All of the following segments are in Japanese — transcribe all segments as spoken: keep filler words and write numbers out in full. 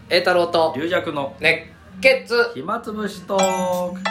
栄太郎と龍尺の熱血暇つぶしトーク。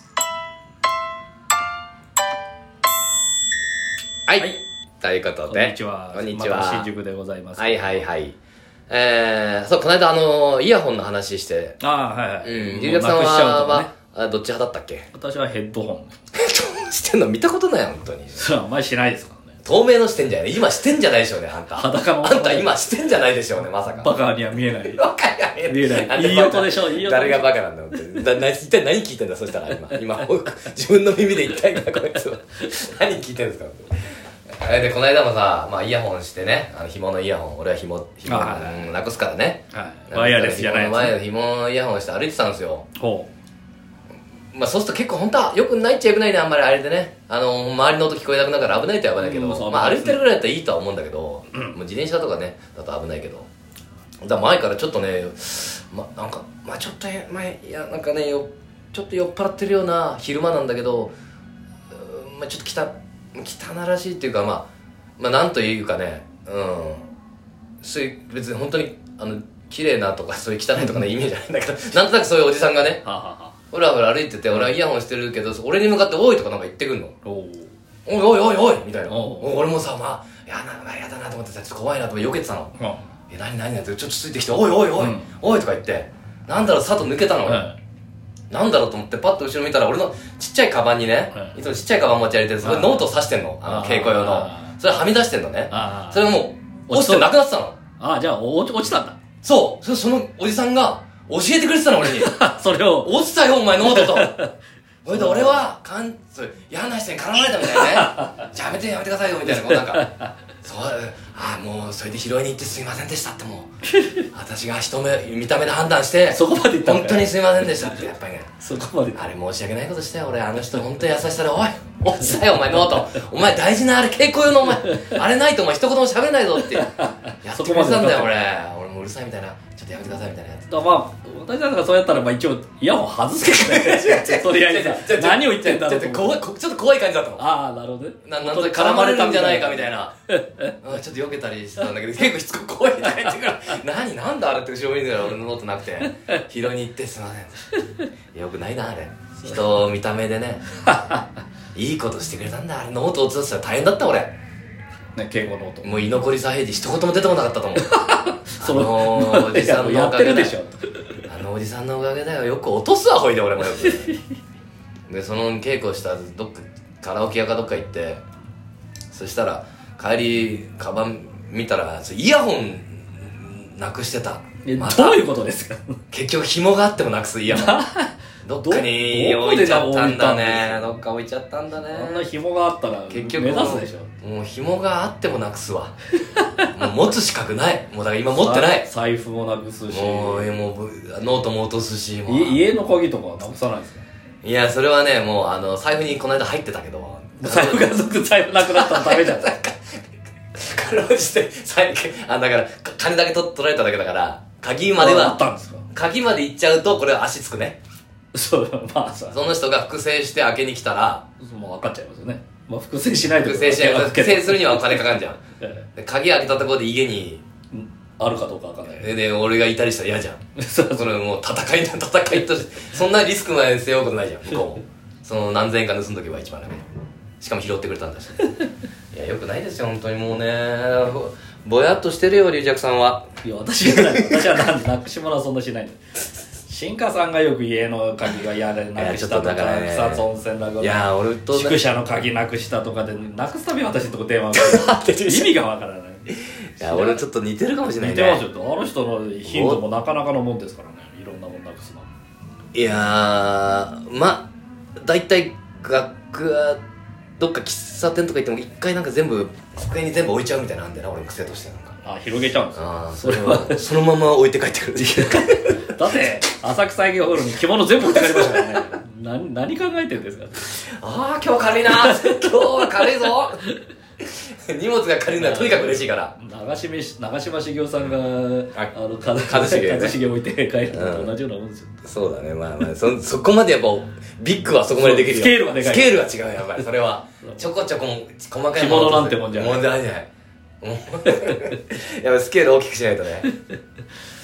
はい、 はい、 ということでこんにちは。 こんにちは、 また新宿でございます。 はいはいはい。えー、そうこの間あのイヤホンの話して、 ああはいはい。 うん、龍尺さんは、 もうなくしちゃうとかね、 あどっち派だったっけ？ 私はヘッドホン。 どうしてんの見たことない本当に。 それはあんまりしないですからね。 透明のしてんじゃない今してんじゃないでしょうねあんた。 裸のあんた今してんじゃないでしょうねまさか。 バカには見えない。 バカには見えない。いい音でしょ。いい音。 誰がバカなんだ本当に。だな一体何聞いてんだそしたら今今自分の耳で一体こいつは何聞いてんですか。でこの間もさ、まあ、イヤホンしてね、あの紐のイヤホン、俺は紐紐、はいうん、なくすからね、 はい、ワイヤレスじゃないやつ、ね、 前の紐のイヤホンして歩いてたんですよ。 ほうまあそうすると結構本当はよくないっちゃよくないね、あんまりあれでね、あの周りの音聞こえなくなるから危ないっちゃ危ないけど、うん、まあ歩いてるぐらいだったらいいとは思うんだけど、うん、もう自転車とかねだと危ないけど、だから前からちょっとね、まあなんかまあちょっと前いやなんかねよちょっと酔っ払ってるような昼間なんだけど、まあちょっと来た汚らしいっていうか、まあ、まあなんというかね、うんそういう別に本当にあの綺麗なとかそういう汚いとかのイメージじゃないんだけどなんとなくそういうおじさんがねふらふら歩いてて、俺はイヤホンしてるけど俺に向かっておいとかなんか言ってくんの。おいおいおいおいみたいな。俺もさ、まあやだなやだなと思ってさ、ちょっと怖いなと思って避けてたの。え何何何ってちょっとついてきておいおいおい、うん、おいとか言ってなんだろうさと抜けたの俺、うんなんだろうと思ってパッと後ろ見たら俺のちっちゃいカバンにね、はい、いつもちっちゃいカバン持ち歩いてるそれノートを刺してんの、あの稽古用のそれはみ出してんのね。それがもう落ちてなくなってたの。 ああじゃあ落ち落ちたんだ。 そうそそのおじさんが教えてくれてたの俺にそれを落ちたよお前ノートとそれで俺はかん嫌な人に絡まれたみたいなねじゃあやめてやめてくださいよみたいなこうなんかそうああもうそれで拾いに行ってすいませんでしたってもう私が一目見た目で判断してそこまで言った本当にすいませんでしたってやっぱりねそこまであれ申し訳ないことしたよ俺あの人本当に優しさでおい落ちたよお前ノートお前大事なあれ稽古用のお前あれないとお前一言も喋れないぞってやってくれてたんだよ俺俺もうるさいみたいなちょっとやめてくださいみたいなやつだまあ私なんかそうやったらまあ一応イヤホン外すけどねとりあえず何を言ってんだろうと思うちょっと怖い感じだったの。 ああなるほどねななんと絡まれるんじゃないかみたいなちょっと避けたりしてたんだけど結構しつこく怖いって言ってくる何なんだあれって後ろ見てたら俺のノートなくて拾いに行ってすいませんよくないなあれ人を見た目でねいいことしてくれたんだあれノートを写したら大変だった俺ね敬語ノートもう居残り左平次一言も出てこなかったと思うそのあのおじさんのおかげだよあのおじさんのおかげだよよく落とすわほいで俺もよくでその稽古したどっかカラオケ屋かどっか行ってそしたら帰りカバン見たらイヤホンなくしてた。 またどういうことですか結局紐があってもなくすイヤホンどっかに置いちゃったんだねどっか置いちゃったんだねあんな紐があったら結局目指すでしょ。 もう紐があってもなくすわもう持つ資格ないもうだから今持ってない財布もなくすしもうもうノートも落とすしもう家の鍵とかはなくさないですか。 いやそれはねもうあの財布にこの間入ってたけど財布が続財布なくなったらダメじゃんかろうじてあだから金だけ取取られただけだから鍵まではあったんですか。 鍵まで行っちゃうとこれは足つくね。 そうまあさその人が複製して開けに来たらもう分かっちゃいますよね。まあ複製しないと複製しない複製するにはお金かかんじゃんで鍵開けたところで家にあるかどうか分かんないでで俺がいたりしたら嫌じゃんそれもう戦いだ戦いとしてそんなリスクまで背負うことないじゃん向こうもその何千円か盗んどけば一番ダメしかも拾ってくれたんだしいやよくないですよ本当にもうねぼやっとしてるよ龍尺さんは。 いや私はない私はなんなくし物はそんなしないんだ新華さんがよく家の鍵がやれなくしたとか草津温泉だからいや俺と宿舎の鍵なくしたとかでなくすたび私のとこ電話が意味がわからないいや俺ちょっと似てるかもしれないね。 似てますよ。あの人の頻度もなかなかのもんですからねいろんなもんなくすの。 いやーまあ大体楽屋どっか喫茶店とか行っても一回なんか全部机に全部置いちゃうみたいなんでな俺の癖としてなんかあ広げちゃうんですか。あそれはそのまま置いて帰ってくるだって浅草営業ホールに着物全部置いて帰りましたからね何, 何考えてるんですか。 ああ今日軽いな今日は軽いぞ荷物が軽いのはとにかく嬉しいから長島長嶋茂雄さんがあの一茂、ね、 一茂置いて帰るのと同じようなもんですよ、 うん、そうだねまあまあ そ, そこまでやっぱビッグはそこまでできるよ。 スケールはでかいスケールは違うやっぱりそれはちょこちょこ細かい着物なんてもんじゃないもんじゃないじゃないやっぱスケール大きくしないとね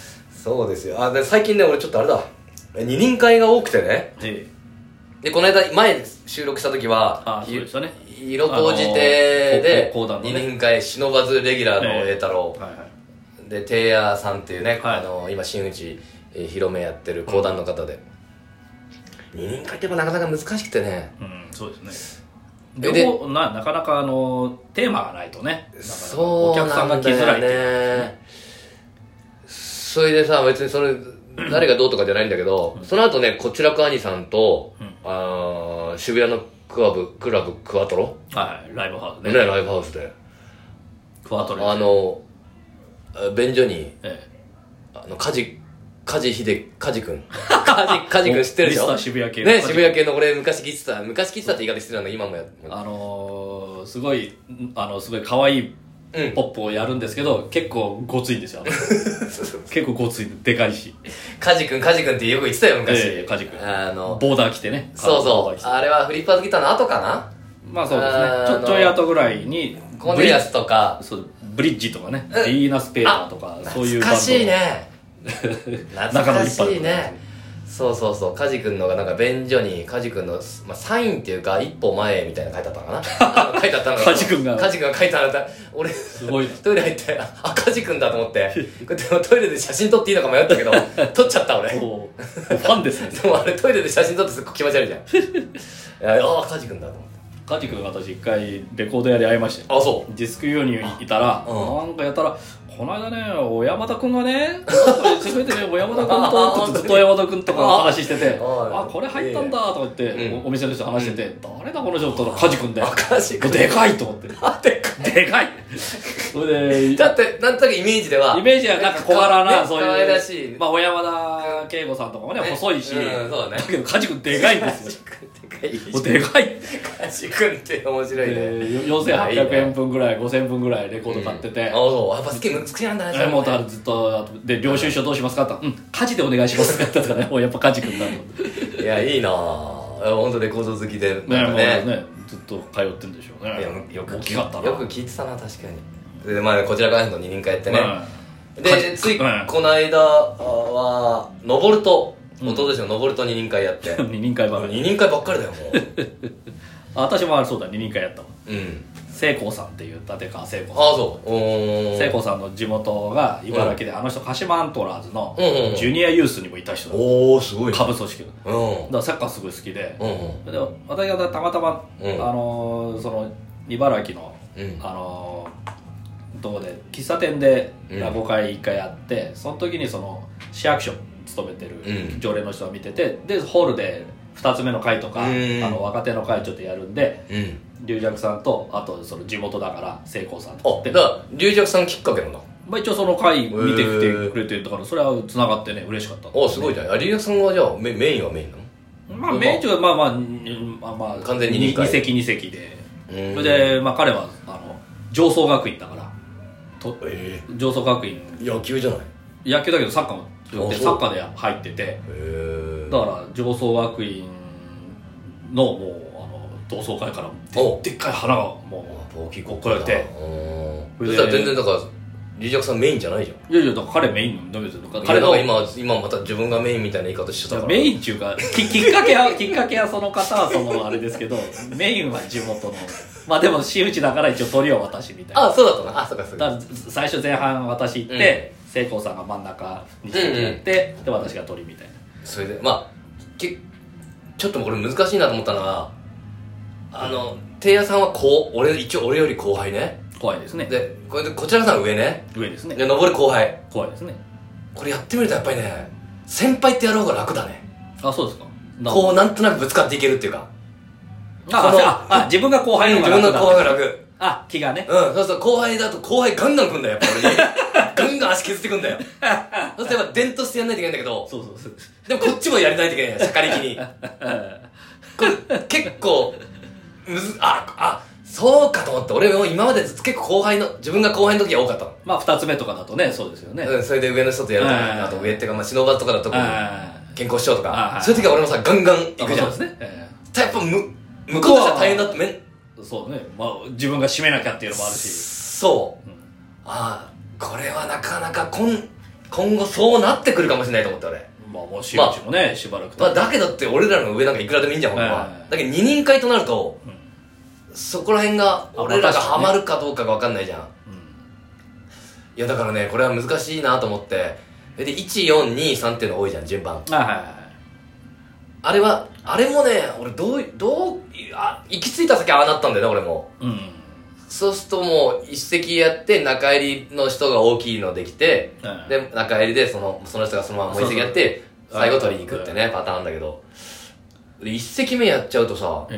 そうですよ。あ、で最近ね俺ちょっとあれだ、二人会が多くてね、ええ、でこの間前収録した時はあそうですよね、 色工事亭で二人会、忍ばずレギュラーの栄太郎、えーはいはい、でテイヤーさんっていうね、はい、あの今真打ち、えー、広めやってる講談の方で、うん、二人会ってもなかなか難しくてね、 うん、そうですね。でもな, なかなかあのテーマがないとね、 そうお客さんが来づらいっていうね。 それでさ、別にそれ誰がどうとかじゃないんだけど、うん、その後ね、こちらく兄さんと、うん、あ渋谷のクラブクラブクワトロ、 はい、ライブハウスね、 ね、ライブハウスでクワトロ、 あの便所に、ええ、あの梶梶秀梶君梶梶君知ってるでしょ。 ミスター渋谷系ね、渋谷系の俺昔聞いてた昔聞いてたって言い方してたの今もやあのー、すごいあのすごい可愛いポップをやるんですけど、うん、結構ごついんですよ結構ごついでかいし梶君梶君ってよく言ってたよ昔、 えー、梶君あのボーダー着てね、 そうそうあれはフリッパーズギターの後かな。 まあそうですね、ちょちょい後ぐらいにコンデリアスとかそうブリッジとかね、ヴィーナスペーターとかそういうバンド懐かしいね懐かしいね。そうそうそう、梶君のがなんか便所に梶君の、まあ、サインっていうか一歩前みたいな書いてあったのかな書いてあったのが梶君が梶君が書いてあった。俺すごいトイレ入ってあ梶君だと思ってこうやってトイレで写真撮っていいのか迷ったけど撮っちゃった俺ファンですねでもあれトイレで写真撮ってすっごい気持ち悪いじゃんいやあ梶君だと思って。 梶君が私一回レコード屋で会いましたよ。 あ、そうディスク用にいたら、うん、なんかやったらこの間ね、小山田君がね、言ってくれてね、小山田君と、ずっと小山田君とか話してて、あ、これ入ったんだとか言って、うん、お店の人話してて、うん、誰だこの人と梶君で。梶君。でかいと思って。 あ、でかい。 でかい。それで、 だって、なんとなくイメージでは。 イメージはなんか小柄な、 ね、 そういう。 可愛らしい。 まあ、小山田圭吾さんとかもね、細いし、 うん、そうだね。 だけど梶君でかいんですよ。もうでかい。 梶君って面白いね。 よんせんはっぴゃくえん分ぐらい、ごせんぶんぐらいレコード買ってて。 あ、そう。やっぱ好き、好きなんだね。 もうだからずっと、で、領収書どうしますかって言ったら、うん、梶でお願いしますって言ったからね、もうやっぱ梶君だと。 いや、いいなぁ。ほんとレコード好きで。ね、 ね、もうね、ずっと通ってんでしょうね。いや、 よく大きかったな。 よく聞いてたな、確かに。で、まあ、こちらからの二人会やってね。で、つい、この間は、登ると、おととしの登ると二人会やって。 二人会ばっかり。 二人会ばっかりだよ、もう。 私もあれそうだ、二人会やったわ。 うん。 聖光さんっていう立川聖光さん。 ああ、そう聖光さんの地元が茨城で、うん、あの人鹿島アントラーズのジュニアユースにもいた人だ、 うんうん、おおすごい下部組織の、うん、だからサッカーすごい好きで、うんうん、で私がたまたま、うん、あのー、その茨城の、うん、あのー、どこで喫茶店で落語会一回やって、うん、その時にその市役所勤めてる常連の人が見てて、でホールでふたつめの会とか、うん、あの若手の会ちょっとやるんで、うん龍尺さんとあとその地元だから聖光さんとって、あ、だから龍尺さんきっかけなんだ。 まあ一応その回見てきてくれてるだからそれはつながってね嬉しかった、ね、 あ、すごいじゃん。龍尺さんはじゃあメメインはメインなの？ まあメインっていうかまあまあまあまあ完全ににかいに席に席で、それでまあ彼はあの上層学院だからと、えー、上層学院野球じゃない？ 野球だけどサッカーもサッカーで入ってて、だから上層学院のもう同窓会からで, でっかい花がもう大きいこっからて、 そしたら全然だから龍尺さんメインじゃないじゃん。 いやいやだから彼メインのですよ。 彼が今今また自分がメインみたいな言い方してたから。 メインっていうか き, きっかけはきっかけはその方はそのあれですけどメインは地元のまあでも真打ちだから一応鳥は私みたいな。 あ、そうだったな。あ、そうかそうか。 だから最初前半私行って、うん、聖光さんが真ん中にしてやって、うんうん、で私が鳥みたいな。 それでまあきちょっとこれ難しいなと思ったのは。あの、テイヤさんはこう、俺、一応俺より後輩ね。 後輩ですね。 で、これで、こちらさん上ね。 上ですね。 で、登る後輩。 後輩ですね。 これやってみるとやっぱりね、先輩ってやる方が楽だね。 あ、そうですか。 こう、なんとなくぶつかっていけるっていうか。 あ、あ、あ、自分が後輩の方が楽だ。自分の後輩が楽。 あ、気がね。 うん、そうそう、後輩だと後輩ガンガン来んだよ、やっぱ俺に。ガンガン足削ってくんだよ。そうすれば伝統してやんないといけないんだけど。 そうそうそう。 でもこっちもやりないといけないよ、しゃかりきに。これ、結構、むずああそうかと思って。俺も今まで結構後輩の自分が後輩の時が多かったの。 まあ二つ目とかだとねそうですよね、 うん、それで上の人とやるとか、あと上っていうかまあ忍ばとかだと健康師匠とかそういう時は俺もさガンガン行くじゃん。そうですね、えー、やっぱむ向こうとしては大変だってめんそうね、まあ自分が締めなきゃっていうのもあるしそう、うん、ああこれはなかなかこん今後そうなってくるかもしれないと思って俺。 まあもう真打ちもね、まあ、しばらくまあだけどって俺らの上なんかいくらでもいいんじゃんほんまは、だけど二人会となると、うん、そこら辺が俺らがハマるかどうかが分かんないじゃん、うん、いやだからねこれは難しいなと思って。でいちよんにさんっていうの多いじゃん順番。あ、はいはいはい、あれはあれもね俺どうどうあ行き着いた先ああなったんだよね俺も、うん、そうするともう一席やって中入りの人が大きいのできて、うん、で中入りでそのその人がそのままもう一席やって最後取りに行くってねパターンだけど、一席目やっちゃうとさ、うん、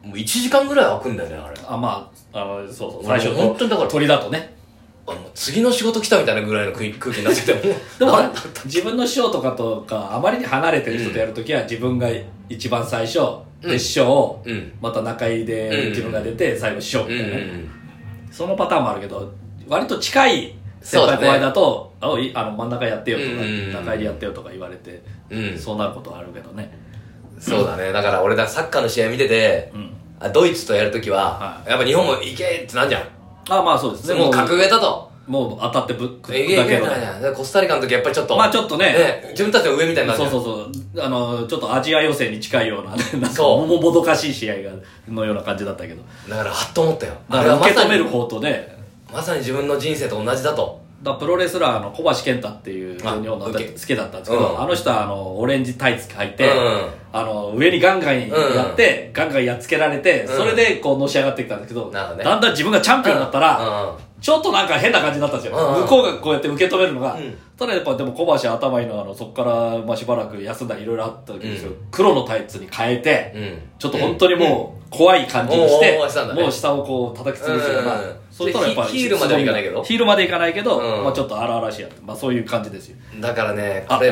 もういちじかんぐらい空くんだよねあれ。 あまああのそうそう最初本当にだから鳥だとねあの次の仕事来たみたいなぐらいの空気になっててもでも自分の師匠とかとかあまりに離れてる人とやるときは、うん、自分が一番最初で師匠、うん、また中入りで自分が出て、うん、最後師匠みたいなね、うんうんうん、そのパターンもあるけど割と近い先輩後輩だと あ, ね、あの真ん中やってよとか、うんうん、中入りやってよとか言われて、うん、そうなることはあるけどね。 そうだね。だから俺だサッカーの試合見てて、うん、あドイツとやるときは、はい、やっぱ日本も行けってなんじゃん。 あまあそうですね。 もう格上だともう当たってぶっくだけのコスタリカの時やっぱりちょっとまあちょっとね、 ね自分たちの上みたいになってそうそうそうあのちょっとアジア予選に近いようななんかももどかしい試合がのような感じだったけど、 だからはっと思ったよ。 だから受け止める方とねまさに自分の人生と同じだと。 だプロレスラーの小橋健太っていう日本の好きだったんですけど、うん、あの人はあのオレンジタイツ履いて、うん、あの上にガンガンやって、うん、ガンガンやっつけられて、うん、それでこうのし上がってきたんですけど、うん、だんだん自分がチャンピオンになったら、うん、ちょっとなんか変な感じになったんですよ、うん、向こうがこうやって受け止めるのが、うん、ただやっぱでも小橋頭いいのはあのそこからまあしばらく休んだりいろいろあったんですけど、うん、黒のタイツに変えて、うん、ちょっと本当にもう怖い感じにして、うん、もう下をこう叩き潰すような、うん、そしたらやっぱヒールまではいかないけどヒールまでいかないけど、うん、まあちょっと荒々しいやつ、まあそういう感じですよ。 だからねあ